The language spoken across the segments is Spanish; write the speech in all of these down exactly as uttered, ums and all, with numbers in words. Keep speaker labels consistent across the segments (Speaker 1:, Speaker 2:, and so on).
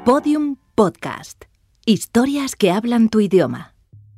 Speaker 1: Podium Podcast. Historias que hablan tu idioma.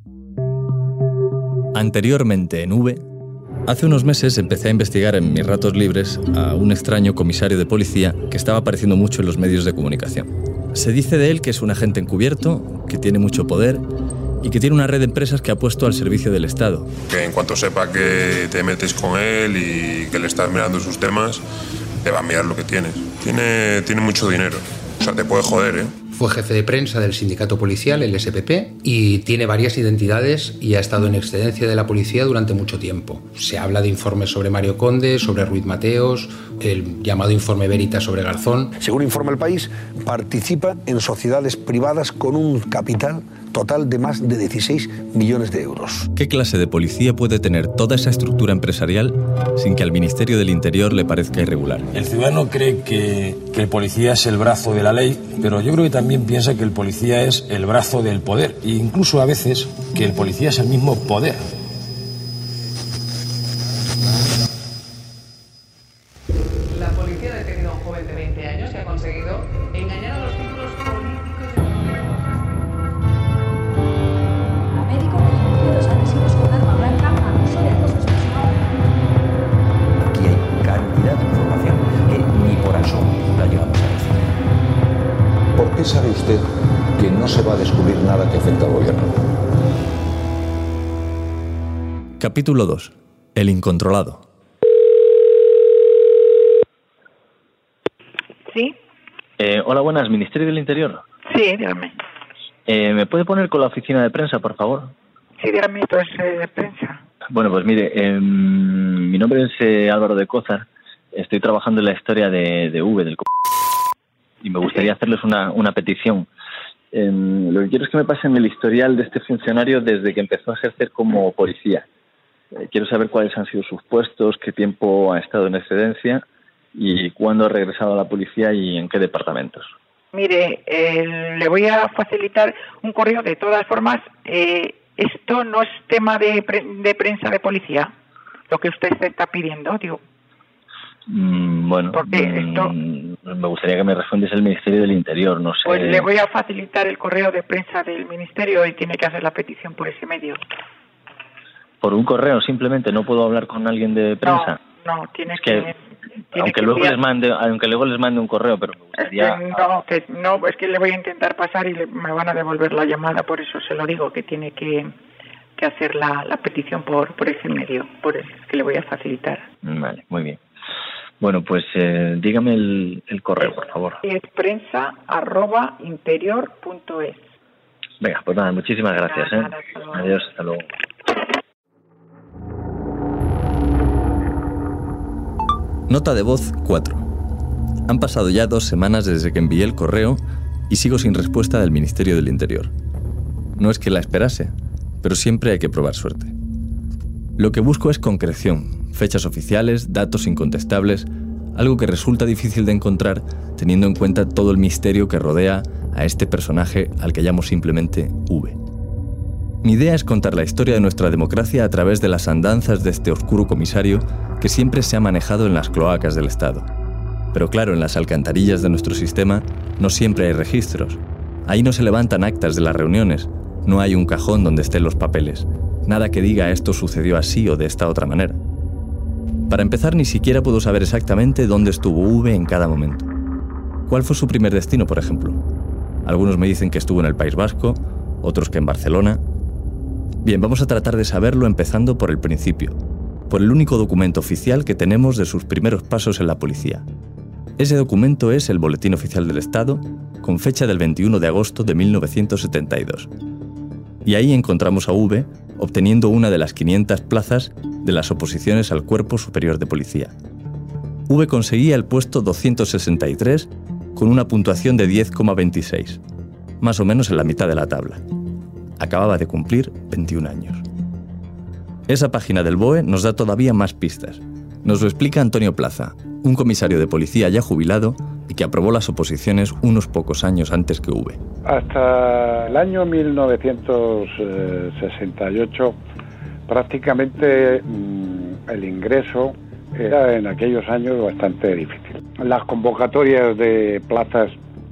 Speaker 2: Anteriormente en V, hace unos meses empecé a investigar en mis ratos libres a un extraño comisario de policía que estaba apareciendo mucho en los medios de comunicación. Se dice de él que es un agente encubierto, que tiene mucho poder y que tiene una red de empresas que ha puesto al servicio del Estado.
Speaker 3: Que en cuanto sepa que te metes con él y que le estás mirando sus temas, te va a mirar lo que tienes. Tiene, tiene mucho dinero, o sea, te puede joder, ¿eh?
Speaker 4: Fue jefe de prensa del sindicato policial, el S P P, y tiene varias identidades y ha estado en excedencia de la policía durante mucho tiempo. Se habla de informes sobre Mario Conde, sobre Ruiz Mateos, el llamado informe Veritas sobre Garzón.
Speaker 5: Según informa El País, participa en sociedades privadas con un capital total de más de dieciséis millones de euros.
Speaker 2: ¿Qué clase de policía puede tener toda esa estructura empresarial sin que al Ministerio del Interior le parezca irregular?
Speaker 6: El ciudadano cree que, que el policía es el brazo de la ley, pero yo creo que también piensa que el policía es el brazo del poder, e incluso a veces que el policía es el mismo poder.
Speaker 7: La policía ha detenido a un joven de veinte años que ha conseguido engañar a los títulos políticos.
Speaker 8: Médico reconocidos agresivos con arma blanca acusó de dos expresiones.
Speaker 9: Aquí hay cantidad de información que ni por asomo la llegamos a decir.
Speaker 10: ¿Por qué sabe usted que no se va a descubrir nada que afecte al gobierno?
Speaker 2: Capítulo dos. El incontrolado.
Speaker 11: ¿Sí?
Speaker 12: Eh, hola, buenas. ¿Ministerio del Interior?
Speaker 11: Sí, dígame.
Speaker 12: Eh, ¿Me puede poner con la oficina de prensa, por favor?
Speaker 11: Sí, dígame, pues eh, de prensa.
Speaker 12: Bueno, pues mire, eh, mi nombre es eh, Álvaro de Cózar. Estoy trabajando en la historia de, de V, del co... y me gustaría hacerles una, una petición. Eh, lo que quiero es que me pasen el historial de este funcionario desde que empezó a ejercer como policía. Eh, quiero saber cuáles han sido sus puestos, qué tiempo ha estado en excedencia y cuándo ha regresado a la policía y en qué departamentos.
Speaker 11: Mire, eh, le voy a facilitar un correo. De todas formas, eh, esto no es tema de, pre de prensa de policía, lo que usted se está pidiendo, digo.
Speaker 12: Mm, bueno,
Speaker 11: Porque
Speaker 12: mm,
Speaker 11: esto...
Speaker 12: me gustaría que me respondiese el Ministerio del Interior, no sé.
Speaker 11: Pues le voy a facilitar el correo de prensa del Ministerio y tiene que hacer la petición por ese medio.
Speaker 12: ¿Por un correo simplemente? ¿No puedo hablar con alguien de prensa?
Speaker 11: No, no, tiene
Speaker 12: es que...
Speaker 11: que...
Speaker 12: Aunque
Speaker 11: que
Speaker 12: luego
Speaker 11: enviar...
Speaker 12: les mande, aunque luego les mande un correo, pero me gustaría...
Speaker 11: Es que no, que no, es que le voy a intentar pasar y le, me van a devolver la llamada, por eso se lo digo, que tiene que, que hacer la, la petición por, por ese medio, por eso es que le voy a facilitar.
Speaker 12: Vale, muy bien. Bueno, pues eh, dígame el, el correo, por favor.
Speaker 11: Es prensa arroba interior punto es.
Speaker 12: Venga, pues nada, muchísimas gracias.
Speaker 11: Nada,
Speaker 12: ¿eh?
Speaker 11: nada,
Speaker 12: Adiós, hasta luego.
Speaker 2: Nota de voz cuatro. Han pasado ya dos semanas desde que envié el correo y sigo sin respuesta del Ministerio del Interior. No es que la esperase, pero siempre hay que probar suerte. Lo que busco es concreción, fechas oficiales, datos incontestables, algo que resulta difícil de encontrar teniendo en cuenta todo el misterio que rodea a este personaje al que llamo simplemente V. Mi idea es contar la historia de nuestra democracia a través de las andanzas de este oscuro comisario que siempre se ha manejado en las cloacas del Estado. Pero claro, en las alcantarillas de nuestro sistema no siempre hay registros. Ahí no se levantan actas de las reuniones, no hay un cajón donde estén los papeles, nada que diga esto sucedió así o de esta otra manera. Para empezar, ni siquiera puedo saber exactamente dónde estuvo V en cada momento. ¿Cuál fue su primer destino, por ejemplo? Algunos me dicen que estuvo en el País Vasco, otros que en Barcelona. Bien, vamos a tratar de saberlo empezando por el principio, por el único documento oficial que tenemos de sus primeros pasos en la policía. Ese documento es el Boletín Oficial del Estado, con fecha del veintiuno de agosto de mil novecientos setenta y dos. Y ahí encontramos a V obteniendo una de las quinientas plazas de las oposiciones al Cuerpo Superior de Policía. V conseguía el puesto doscientos sesenta y tres con una puntuación de diez coma veintiséis, más o menos en la mitad de la tabla. Acababa de cumplir veintiún años. Esa página del B O E nos da todavía más pistas. Nos lo explica Antonio Plaza, un comisario de policía ya jubilado y que aprobó las oposiciones unos pocos años antes que V.
Speaker 13: Hasta el año mil novecientos sesenta y ocho, prácticamente mmm, el ingreso era en aquellos años bastante difícil. Las convocatorias de plazas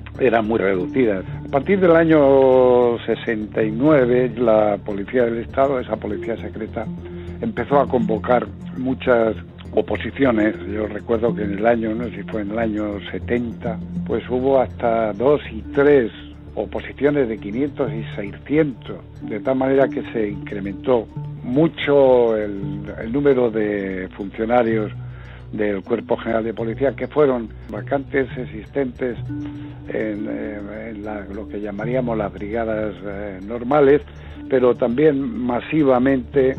Speaker 13: eran muy reducidas. A partir del año sesenta y nueve, la Policía del Estado, esa policía secreta, empezó a convocar muchas oposiciones. Yo recuerdo que en el año, no sé si fue en el año setenta, pues hubo hasta dos y tres oposiciones de quinientos y seiscientos, de tal manera que se incrementó mucho el, el número de funcionarios del Cuerpo General de Policía, que fueron vacantes existentes en, en la, lo que llamaríamos las brigadas eh, normales, pero también masivamente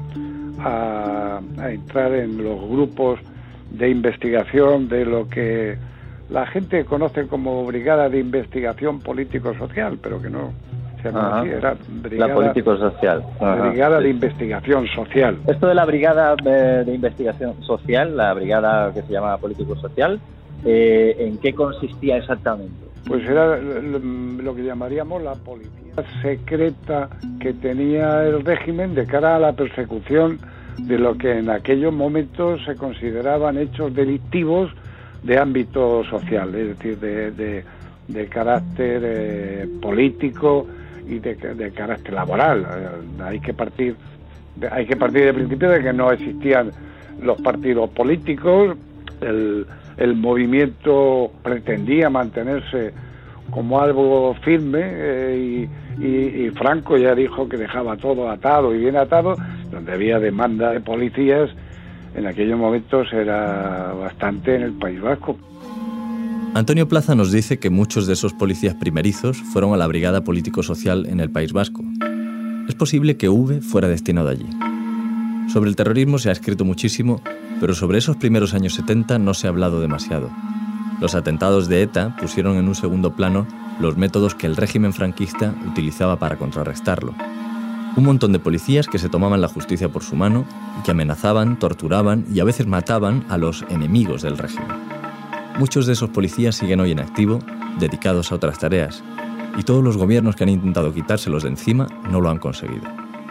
Speaker 13: a, a entrar en los grupos de investigación de lo que la gente conoce como Brigada de Investigación Político-Social, pero que no se llama así, era brigada,
Speaker 12: la político-social.
Speaker 13: Brigada
Speaker 12: sí.
Speaker 13: de Investigación Social.
Speaker 12: Esto de la Brigada de, de Investigación Social, la brigada que se llama político-social, eh, ¿en qué consistía exactamente?
Speaker 13: Pues era lo que llamaríamos la policía secreta que tenía el régimen de cara a la persecución de lo que en aquellos momentos se consideraban hechos delictivos de ámbito social, es decir, de, de, de carácter eh, político y de, de carácter laboral. Eh, hay que partir de, hay que partir del principio de que no existían los partidos políticos. El, el movimiento pretendía mantenerse como algo firme eh, y, y, y Franco ya dijo que dejaba todo atado y bien atado. Donde había demanda de policías en aquellos momentos era bastante en el País Vasco.
Speaker 2: Antonio Plaza nos dice que muchos de esos policías primerizos fueron a la Brigada Político-Social en el País Vasco. Es posible que V fuera destinado allí. Sobre el terrorismo se ha escrito muchísimo, pero sobre esos primeros años setenta no se ha hablado demasiado. Los atentados de ETA pusieron en un segundo plano los métodos que el régimen franquista utilizaba para contrarrestarlo. Un montón de policías que se tomaban la justicia por su mano y que amenazaban, torturaban y a veces mataban a los enemigos del régimen. Muchos de esos policías siguen hoy en activo, dedicados a otras tareas, y todos los gobiernos que han intentado quitárselos de encima no lo han conseguido.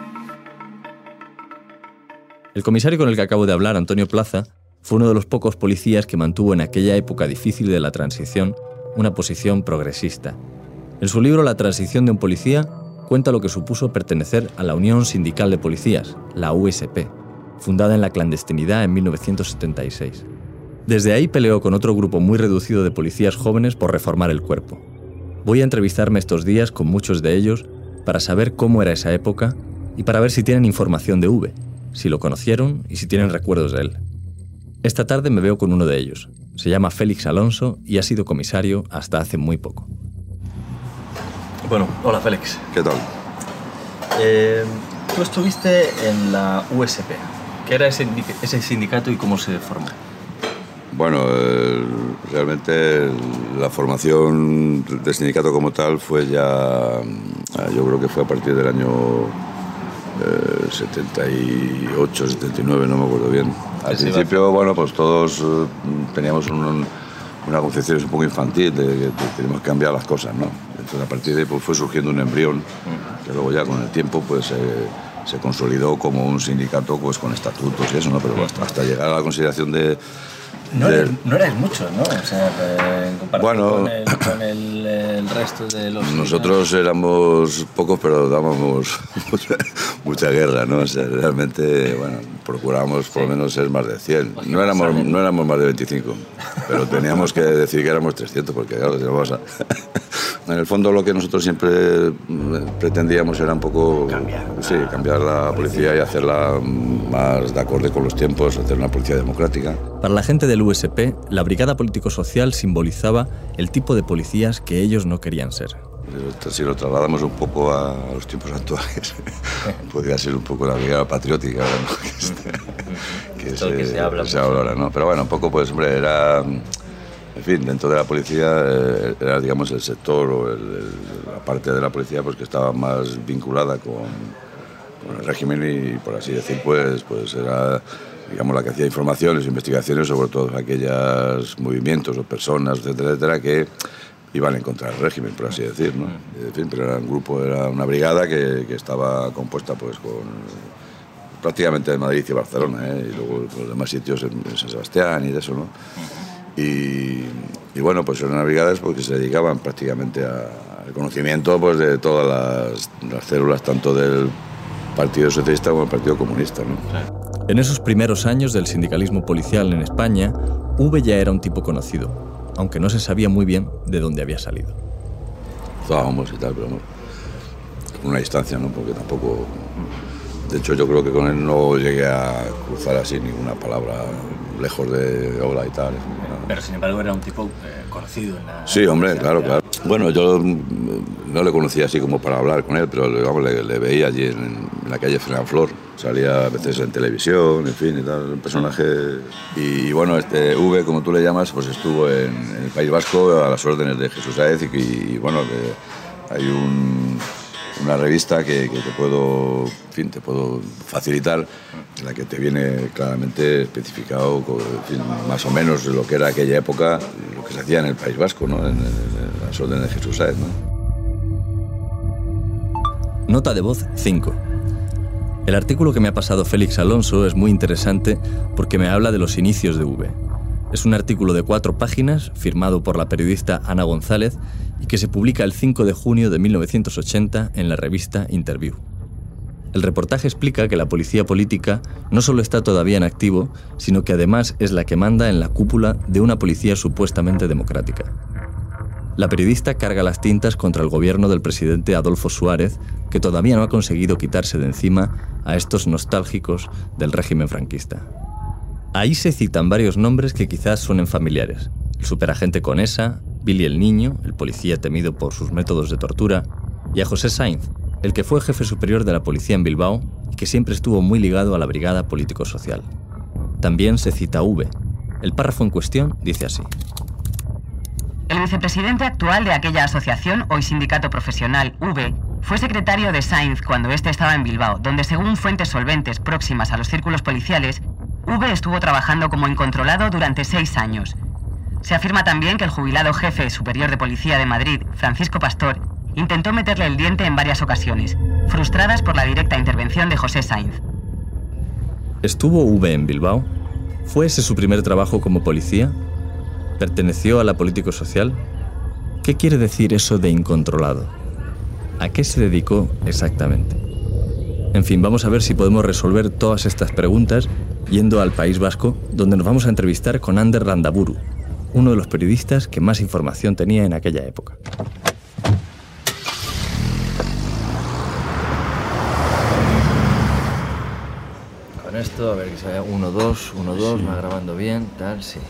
Speaker 2: El comisario con el que acabo de hablar, Antonio Plaza, fue uno de los pocos policías que mantuvo en aquella época difícil de la transición una posición progresista. En su libro La transición de un policía, cuenta lo que supuso pertenecer a la Unión Sindical de Policías, la U S P, fundada en la clandestinidad en mil novecientos setenta y seis. Desde ahí peleó con otro grupo muy reducido de policías jóvenes por reformar el cuerpo. Voy a entrevistarme estos días con muchos de ellos para saber cómo era esa época y para ver si tienen información de V, si lo conocieron y si tienen recuerdos de él. Esta tarde me veo con uno de ellos. Se llama Félix Alonso y ha sido comisario hasta hace muy poco. Bueno, hola Félix.
Speaker 14: ¿Qué tal?
Speaker 2: Eh, tú estuviste en la U S P. ¿Qué era ese, ese sindicato y cómo se formó?
Speaker 14: Bueno, eh, realmente la formación del sindicato como tal fue ya, yo creo que fue a partir del año eh, setenta y ocho, setenta y nueve, no me acuerdo bien. Al sí, principio, sí, bueno, pues todos eh, teníamos un, una concepción un poco infantil de que teníamos que cambiar las cosas, ¿no? Entonces a partir de ahí pues, fue surgiendo un embrión que luego ya con el tiempo pues eh, se consolidó como un sindicato pues con estatutos y eso, ¿no? Pero hasta, hasta llegar a la consideración de...
Speaker 2: No,
Speaker 14: de...
Speaker 2: erais, no erais muchos, ¿no? O sea, en comparación
Speaker 14: bueno,
Speaker 2: con, el, con el, el resto de los...
Speaker 14: Nosotros éramos pocos, pero dábamos mucha, mucha guerra, ¿no? O sea, realmente, bueno, procurábamos por lo menos ser más de cien. No éramos, no éramos más de veinticinco, pero teníamos que decir que éramos trescientos, porque claro, teníamos a... En el fondo lo que nosotros siempre pretendíamos era un poco...
Speaker 2: Cambiar.
Speaker 14: Sí, cambiar la policía y hacerla más de acorde con los tiempos, hacer una policía democrática.
Speaker 2: Para la gente del U S P, la Brigada Político-Social simbolizaba el tipo de policías que ellos no querían ser.
Speaker 14: Si lo trasladamos un poco a los tiempos actuales, podría ser un poco la brigada patriótica, ¿no? que, este, que, se,
Speaker 2: que se habla,
Speaker 14: se habla ahora, ¿no? Pero bueno, un poco, pues, hombre, era... En fin, dentro de la policía eh, era, digamos, el sector o el, el, la parte de la policía pues, que estaba más vinculada con, con el régimen y, por así decir, pues, pues era, digamos, la que hacía informaciones, investigaciones sobre todos aquellos movimientos o personas, etcétera, etcétera, que iban en contra del régimen, por así decir, ¿no? En fin, pero era un grupo, era una brigada que, que estaba compuesta, pues, con prácticamente de Madrid y Barcelona, ¿eh? Y luego los demás sitios en, en San Sebastián y de eso, ¿no? Y, y bueno, pues eran unas brigadas porque se dedicaban prácticamente a, al conocimiento pues, de todas las, las células, tanto del Partido Socialista como del Partido Comunista, ¿no?
Speaker 2: En esos primeros años del sindicalismo policial en España, V ya era un tipo conocido, aunque no se sabía muy bien de dónde había salido.
Speaker 14: Estábamos y tal, pero no, con una distancia, ¿no? Porque tampoco... De hecho, yo creo que con él no llegué a cruzar así ninguna palabra lejos de hola y tal.
Speaker 15: Pero, sin embargo, era un tipo eh, conocido en la...
Speaker 14: Sí, hombre, claro, claro. Bueno, yo no le conocía así como para hablar con él, pero vamos, le, le veía allí en, en la calle Fernanflor. Salía a veces en televisión, en fin, y tal, un personaje... Y, y bueno, este V, como tú le llamas, pues estuvo en, en el País Vasco a las órdenes de Jesús Sáez y, y bueno, que hay un... una revista que, que te puedo, en fin, te puedo facilitar, en la que te viene claramente especificado, en fin, más o menos lo que era aquella época, lo que se hacía en el País Vasco, ¿no? en, en, en las órdenes de Jesús Sáez, ¿no?
Speaker 2: Nota de voz cinco. El artículo que me ha pasado Félix Alonso es muy interesante porque me habla de los inicios de V. Es un artículo de cuatro páginas, firmado por la periodista Ana González, y que se publica el cinco de junio de mil novecientos ochenta en la revista Interview. El reportaje explica que la policía política no solo está todavía en activo, sino que además es la que manda en la cúpula de una policía supuestamente democrática. La periodista carga las tintas contra el gobierno del presidente Adolfo Suárez, que todavía no ha conseguido quitarse de encima a estos nostálgicos del régimen franquista. Ahí se citan varios nombres que quizás suenen familiares. El superagente Conesa, Billy el Niño, el policía temido por sus métodos de tortura, y a José Sainz, el que fue jefe superior de la policía en Bilbao y que siempre estuvo muy ligado a la brigada político-social. También se cita a V. El párrafo en cuestión dice así.
Speaker 16: El vicepresidente actual de aquella asociación, hoy sindicato profesional, V, fue secretario de Sainz cuando éste estaba en Bilbao, donde según fuentes solventes próximas a los círculos policiales, V estuvo trabajando como incontrolado durante seis años. Se afirma también que el jubilado jefe superior de policía de Madrid, Francisco Pastor, intentó meterle el diente en varias ocasiones, frustradas por la directa intervención de José Sainz.
Speaker 2: ¿Estuvo V en Bilbao? ¿Fue ese su primer trabajo como policía? ¿Perteneció a la político-social? ¿Qué quiere decir eso de incontrolado? ¿A qué se dedicó exactamente? En fin, vamos a ver si podemos resolver todas estas preguntas yendo al País Vasco, donde nos vamos a entrevistar con Ander Landaburu, uno de los periodistas que más información tenía en aquella época.
Speaker 15: Con esto, a ver que se vaya uno, dos, uno, dos, sí. Va grabando bien, tal, sí.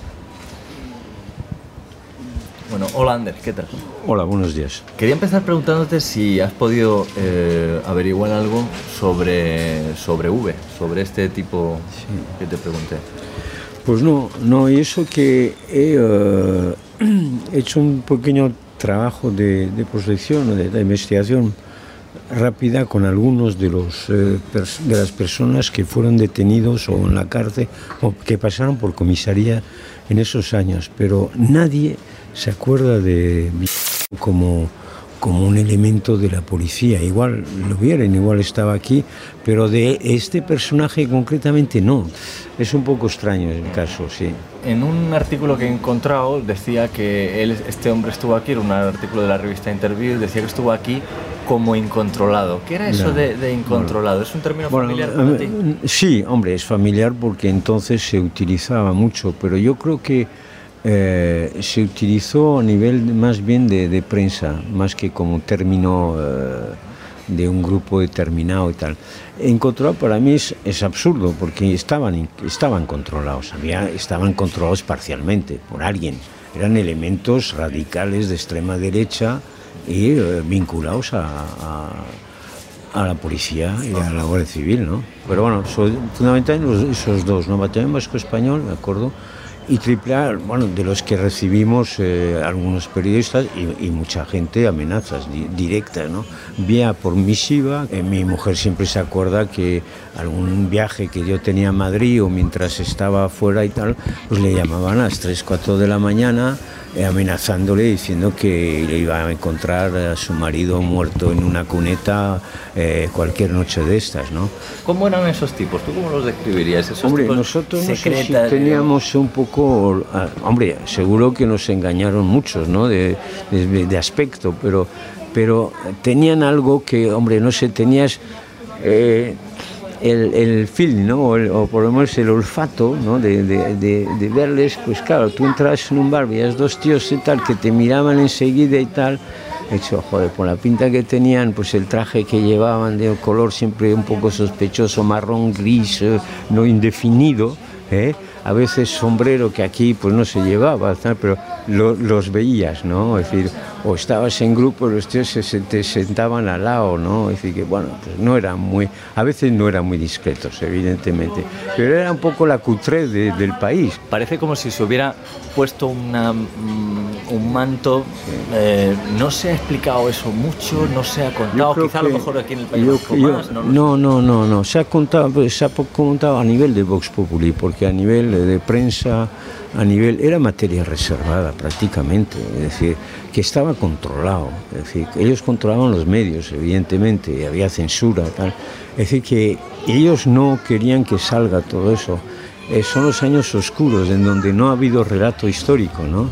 Speaker 15: Bueno, hola Ander, ¿qué tal?
Speaker 17: Hola, buenos días.
Speaker 15: Quería empezar preguntándote si has podido eh, averiguar algo sobre, sobre V, sobre este tipo sí. que te pregunté.
Speaker 17: Pues no, no, y eso que he uh, hecho un pequeño trabajo de, de prospección, de, de investigación rápida con algunos de, los, eh, pers de las personas que fueron detenidos o en la cárcel o que pasaron por comisaría en esos años, pero nadie se acuerda de como, como un elemento de la policía. Igual lo vieron, igual estaba aquí, pero de este personaje concretamente no. Es un poco extraño el caso, sí.
Speaker 15: En un artículo que he encontrado decía que él, este hombre estuvo aquí, era un artículo de la revista Interview, decía que estuvo aquí como incontrolado. ¿Qué era eso no, de, de incontrolado? Bueno, ¿es un término familiar bueno, para ti?
Speaker 17: Sí, hombre, es familiar porque entonces se utilizaba mucho, pero yo creo que eh, se utilizó a nivel más bien de, de prensa, más que como término eh, de un grupo determinado y tal. Incontrolado para mí es, es absurdo porque estaban, estaban controlados, había, estaban controlados parcialmente por alguien. Eran elementos radicales de extrema derecha y eh, vinculados a, a, a la policía y a la Guardia Civil, ¿no? Pero bueno, so, fundamentalmente esos dos, ¿no? Batallón Vasco Español, me acuerdo, y Triple A, bueno, de los que recibimos eh, algunos periodistas y, y mucha gente amenazas di, directas, ¿no? Vía por misiva, eh, mi mujer siempre se acuerda que algún viaje que yo tenía a Madrid o mientras estaba fuera y tal, pues le llamaban a las tres, cuatro de la mañana eh, amenazándole, diciendo que le iba a encontrar a su marido muerto en una cuneta eh, cualquier noche de estas, ¿no?
Speaker 15: ¿Cómo eran esos tipos? ¿Tú cómo los describirías? ¿Esos
Speaker 17: Hombre,
Speaker 15: tipos
Speaker 17: nosotros no sé si
Speaker 15: secretas,
Speaker 17: teníamos un poco... ah, hombre, seguro que nos engañaron muchos, ¿no? De, de, de aspecto, pero, pero tenían algo que, hombre, no sé, tenías... Eh, El, el feel, ¿no? O, el, o por lo menos el olfato, ¿no? De, de, de, de verles, pues claro, tú entras en un bar, veías dos tíos y tal, que te miraban enseguida y tal, he dicho, joder, por la pinta que tenían, pues el traje que llevaban de color siempre un poco sospechoso, marrón, gris, eh, no indefinido, ¿eh? A veces sombrero que aquí pues no se llevaba, tal, pero lo, los veías, ¿no? Es decir, o estabas en grupo, los tíos se, se te sentaban al lado, ¿no? Es decir, que bueno, pues no eran muy, a veces no eran muy discretos, evidentemente, pero era un poco la cutrez de, del país.
Speaker 15: Parece como si se hubiera puesto una, un manto, eh, no se ha explicado eso mucho, no se ha contado, quizá a lo mejor aquí en el país
Speaker 17: yo,
Speaker 15: un poco
Speaker 17: yo,
Speaker 15: más, ¿no?
Speaker 17: No, no, no, no, se ha contado, pues, se ha contado a nivel de Vox Populi, porque a nivel de prensa, a nivel, era materia reservada prácticamente, es decir, que estaba controlado, es decir, ellos controlaban los medios, evidentemente, y había censura, tal, es decir, que ellos no querían que salga todo eso. Eh, son los años oscuros en donde no ha habido relato histórico, ¿no?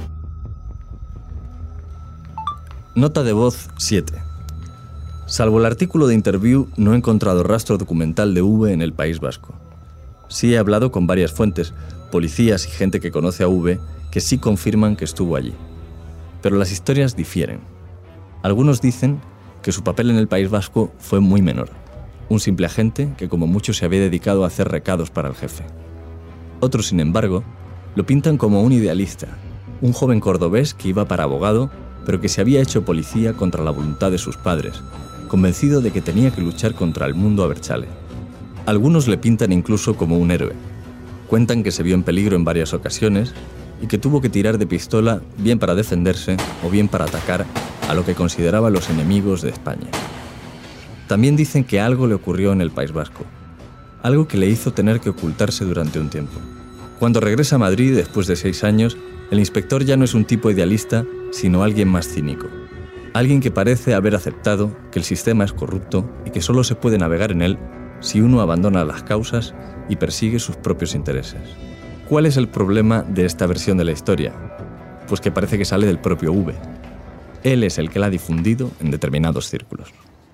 Speaker 2: Nota de voz siete. Salvo el artículo de Interview, no he encontrado rastro documental de V en el País Vasco. Sí he hablado con varias fuentes, policías y gente que conoce a V, que sí confirman que estuvo allí. Pero las historias difieren. Algunos dicen que su papel en el País Vasco fue muy menor, un simple agente que como mucho se había dedicado a hacer recados para el jefe. Otros, sin embargo, lo pintan como un idealista, un joven cordobés que iba para abogado, pero que se había hecho policía contra la voluntad de sus padres, convencido de que tenía que luchar contra el mundo abertzale. Algunos le pintan incluso como un héroe. Cuentan que se vio en peligro en varias ocasiones y que tuvo que tirar de pistola bien para defenderse o bien para atacar a lo que consideraba los enemigos de España. También dicen que algo le ocurrió en el País Vasco, algo que le hizo tener que ocultarse durante un tiempo. Cuando regresa a Madrid después de seis años, el inspector ya no es un tipo idealista, sino alguien más cínico. Alguien que parece haber aceptado que el sistema es corrupto y que solo se puede navegar en él si uno abandona las causas y persigue sus propios intereses. ¿Cuál es el problema de esta versión de la historia? Pues que parece que sale del propio V. Él es el que la ha difundido en determinados círculos.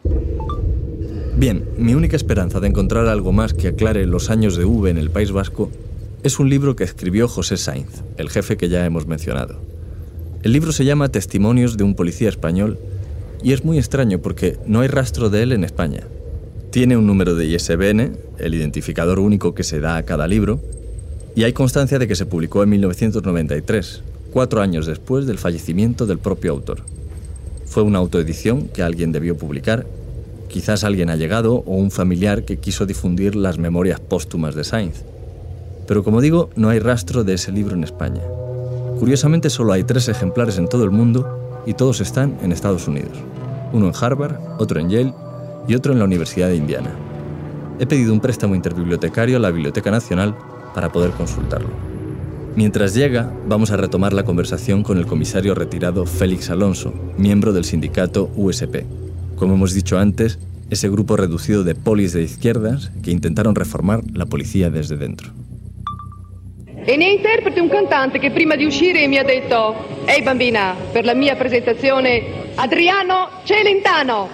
Speaker 2: Bien, mi única esperanza de encontrar algo más que aclare los años de V en el País Vasco es un libro que escribió José Sainz, el jefe que ya hemos mencionado. El libro se llama Testimonios de un policía español y es muy extraño porque no hay rastro de él en España. Tiene un número de I S B N, el identificador único que se da a cada libro, y hay constancia de que se publicó en mil novecientos noventa y tres, cuatro años después del fallecimiento del propio autor. Fue una autoedición que alguien debió publicar, quizás alguien allegado o un familiar que quiso difundir las memorias póstumas de Sainz. Pero como digo, no hay rastro de ese libro en España. Curiosamente solo hay tres ejemplares en todo el mundo y todos están en Estados Unidos. Uno en Harvard, otro en Yale y otro en la Universidad de Indiana. He pedido un préstamo interbibliotecario a la Biblioteca Nacional para poder consultarlo. Mientras llega, vamos a retomar la conversación con el comisario retirado Félix Alonso, miembro del sindicato U S P. Como hemos dicho antes, ese grupo reducido de polis de izquierdas que intentaron reformar la policía desde dentro.
Speaker 18: E ne interpreti un cantante che prima di uscire mi ha detto: «Ehi bambina, per la mia presentazione Adriano Celentano».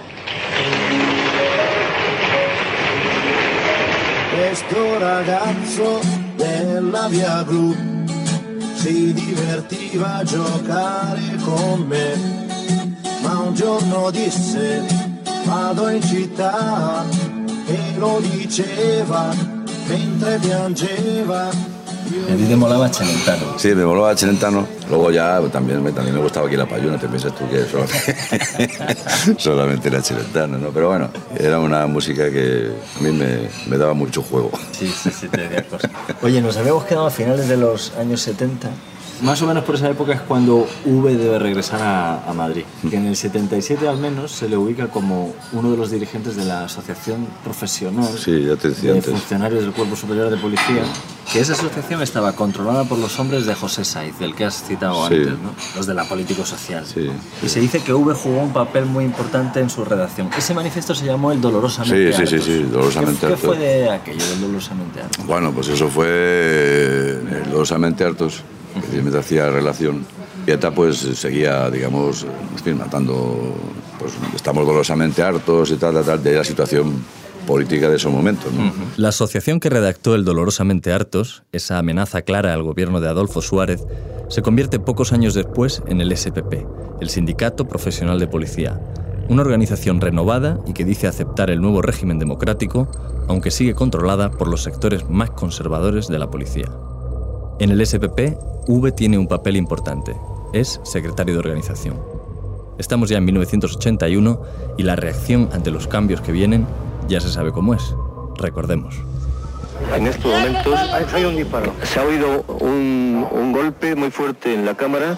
Speaker 19: Questo ragazzo della via blu si divertiva a giocare con me, ma un giorno disse vado in città e lo diceva mentre piangeva.
Speaker 2: ¿A ti te molaba Celentano?
Speaker 14: Sí, me molaba Celentano. Luego ya también me, también me gustaba aquí La Payuna. Te piensas tú que solamente, solamente era Celentano, ¿no? Pero bueno, era una música que a mí me, me daba mucho juego.
Speaker 15: Sí, sí, sí, te diría cosas. Oye, nos habíamos quedado a finales de los años setenta. Más o menos por esa época es cuando V debe regresar a, a Madrid. Que en el setenta y siete al menos se le ubica como uno de los dirigentes de la Asociación Profesional
Speaker 14: sí, ya te decía
Speaker 15: de
Speaker 14: antes.
Speaker 15: Funcionarios del Cuerpo Superior de Policía. que esa asociación estaba controlada por los hombres de José Saiz, del que has citado
Speaker 14: Sí.
Speaker 15: antes, ¿no? Los de la político-social.
Speaker 14: Sí,
Speaker 15: y se dice que V jugó un papel muy importante en su redacción. Ese manifiesto se llamó El Dolorosamente
Speaker 14: Sí, sí,
Speaker 15: Hartos.
Speaker 14: sí, sí, Dolorosamente
Speaker 15: ¿Qué,
Speaker 14: Hartos.
Speaker 15: ¿Qué fue de aquello, del Dolorosamente Hartos?
Speaker 14: Bueno, pues eso fue eh, Dolorosamente Hartos, que siempre hacía relación. Y ETA pues seguía, digamos, en fin, matando, pues estamos dolorosamente hartos y tal, tal, tal, de la situación política de esos momentos, ¿no?
Speaker 2: La asociación que redactó el Dolorosamente Hartos, esa amenaza clara al gobierno de Adolfo Suárez, se convierte pocos años después en el S P P, el Sindicato Profesional de Policía, una organización renovada y que dice aceptar el nuevo régimen democrático, aunque sigue controlada por los sectores más conservadores de la policía. En el S P P, V tiene un papel importante. Es secretario de organización. Estamos ya en mil novecientos ochenta y uno y la reacción ante los cambios que vienen ya se sabe cómo es. Recordemos.
Speaker 20: En estos momentos hay un disparo. Se ha oído un, un golpe muy fuerte en la cámara.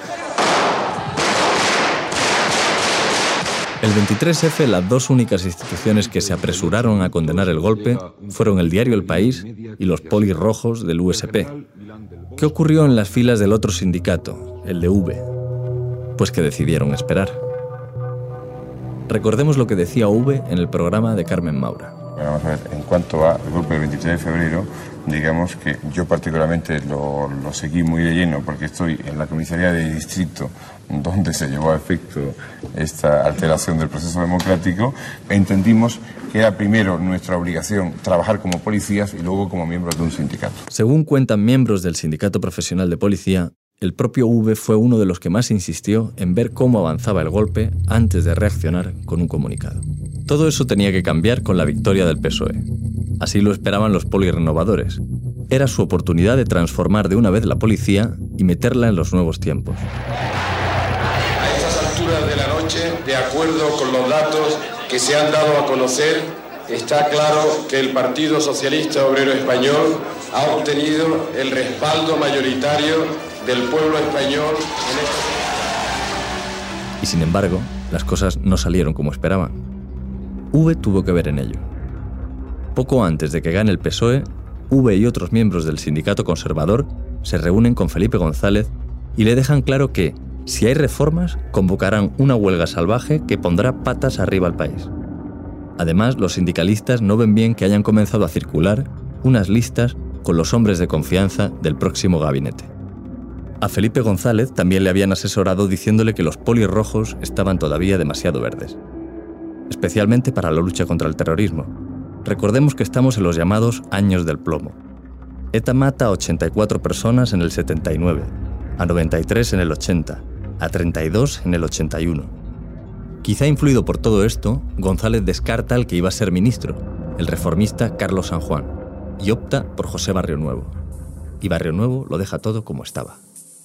Speaker 2: El veintitrés efe, las dos únicas instituciones que se apresuraron a condenar el golpe fueron el diario El País y los polis rojos del U S P. ¿Qué ocurrió en las filas del otro sindicato, el de V? Pues que decidieron esperar. Recordemos lo que decía V en el programa de Carmen Maura.
Speaker 3: Bueno, vamos a ver, en cuanto al golpe del veintitrés de febrero, digamos que yo particularmente lo, lo seguí muy de lleno porque estoy en la comisaría de distrito donde se llevó a efecto esta alteración del proceso democrático. Entendimos que era primero nuestra obligación trabajar como policías y luego como miembros de un sindicato.
Speaker 2: Según cuentan miembros del Sindicato Profesional de Policía, el propio V fue uno de los que más insistió en ver cómo avanzaba el golpe antes de reaccionar con un comunicado. Todo eso tenía que cambiar con la victoria del P S O E. Así lo esperaban los polirenovadores. Era su oportunidad de transformar de una vez la policía y meterla en los nuevos tiempos.
Speaker 21: A estas alturas de la noche, de acuerdo con los datos que se han dado a conocer, está claro que el Partido Socialista Obrero Español ha obtenido el respaldo mayoritario del pueblo español en esta...
Speaker 2: Y sin embargo, las cosas no salieron como esperaban. V tuvo que ver en ello. Poco antes de que gane el P S O E, V y otros miembros del sindicato conservador se reúnen con Felipe González y le dejan claro que, si hay reformas, convocarán una huelga salvaje que pondrá patas arriba al país. Además, los sindicalistas no ven bien que hayan comenzado a circular unas listas con los hombres de confianza del próximo gabinete. A Felipe González también le habían asesorado diciéndole que los polis rojos estaban todavía demasiado verdes, especialmente para la lucha contra el terrorismo. Recordemos que estamos en los llamados años del plomo. ETA mata a ochenta y cuatro personas en el setenta y nueve, a noventa y tres en el ochenta, a treinta y dos en el ochenta y uno. Quizá influido por todo esto, González descarta al que iba a ser ministro, el reformista Carlos San Juan, y opta por José Barrionuevo. Y Barrionuevo lo deja todo como estaba.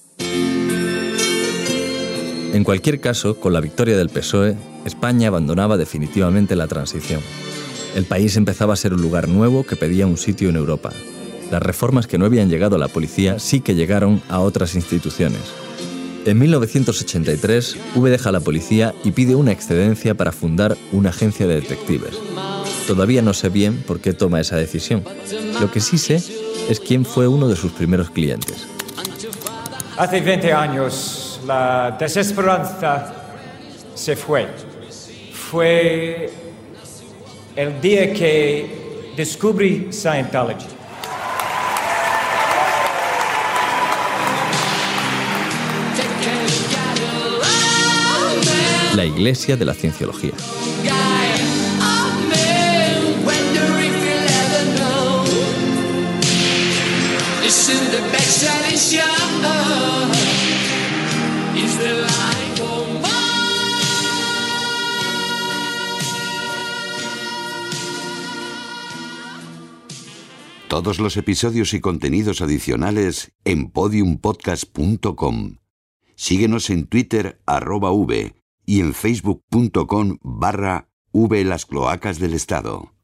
Speaker 2: En cualquier caso, con la victoria del P S O E, España abandonaba definitivamente la transición. El país empezaba a ser un lugar nuevo que pedía un sitio en Europa. Las reformas que no habían llegado a la policía sí que llegaron a otras instituciones. En mil novecientos ochenta y tres, V deja la policía y pide una excedencia para fundar una agencia de detectives. Todavía no sé bien por qué toma esa decisión. Lo que sí sé es quién fue uno de sus primeros clientes.
Speaker 22: Hace veinte años, la desesperanza se fue. Fue el día que descubrí Scientology.
Speaker 2: La Iglesia de la Cienciología.
Speaker 23: Todos los episodios y contenidos adicionales en podium podcast punto com. Síguenos en Twitter, arroba V, y en facebook punto com barra V las cloacas del Estado.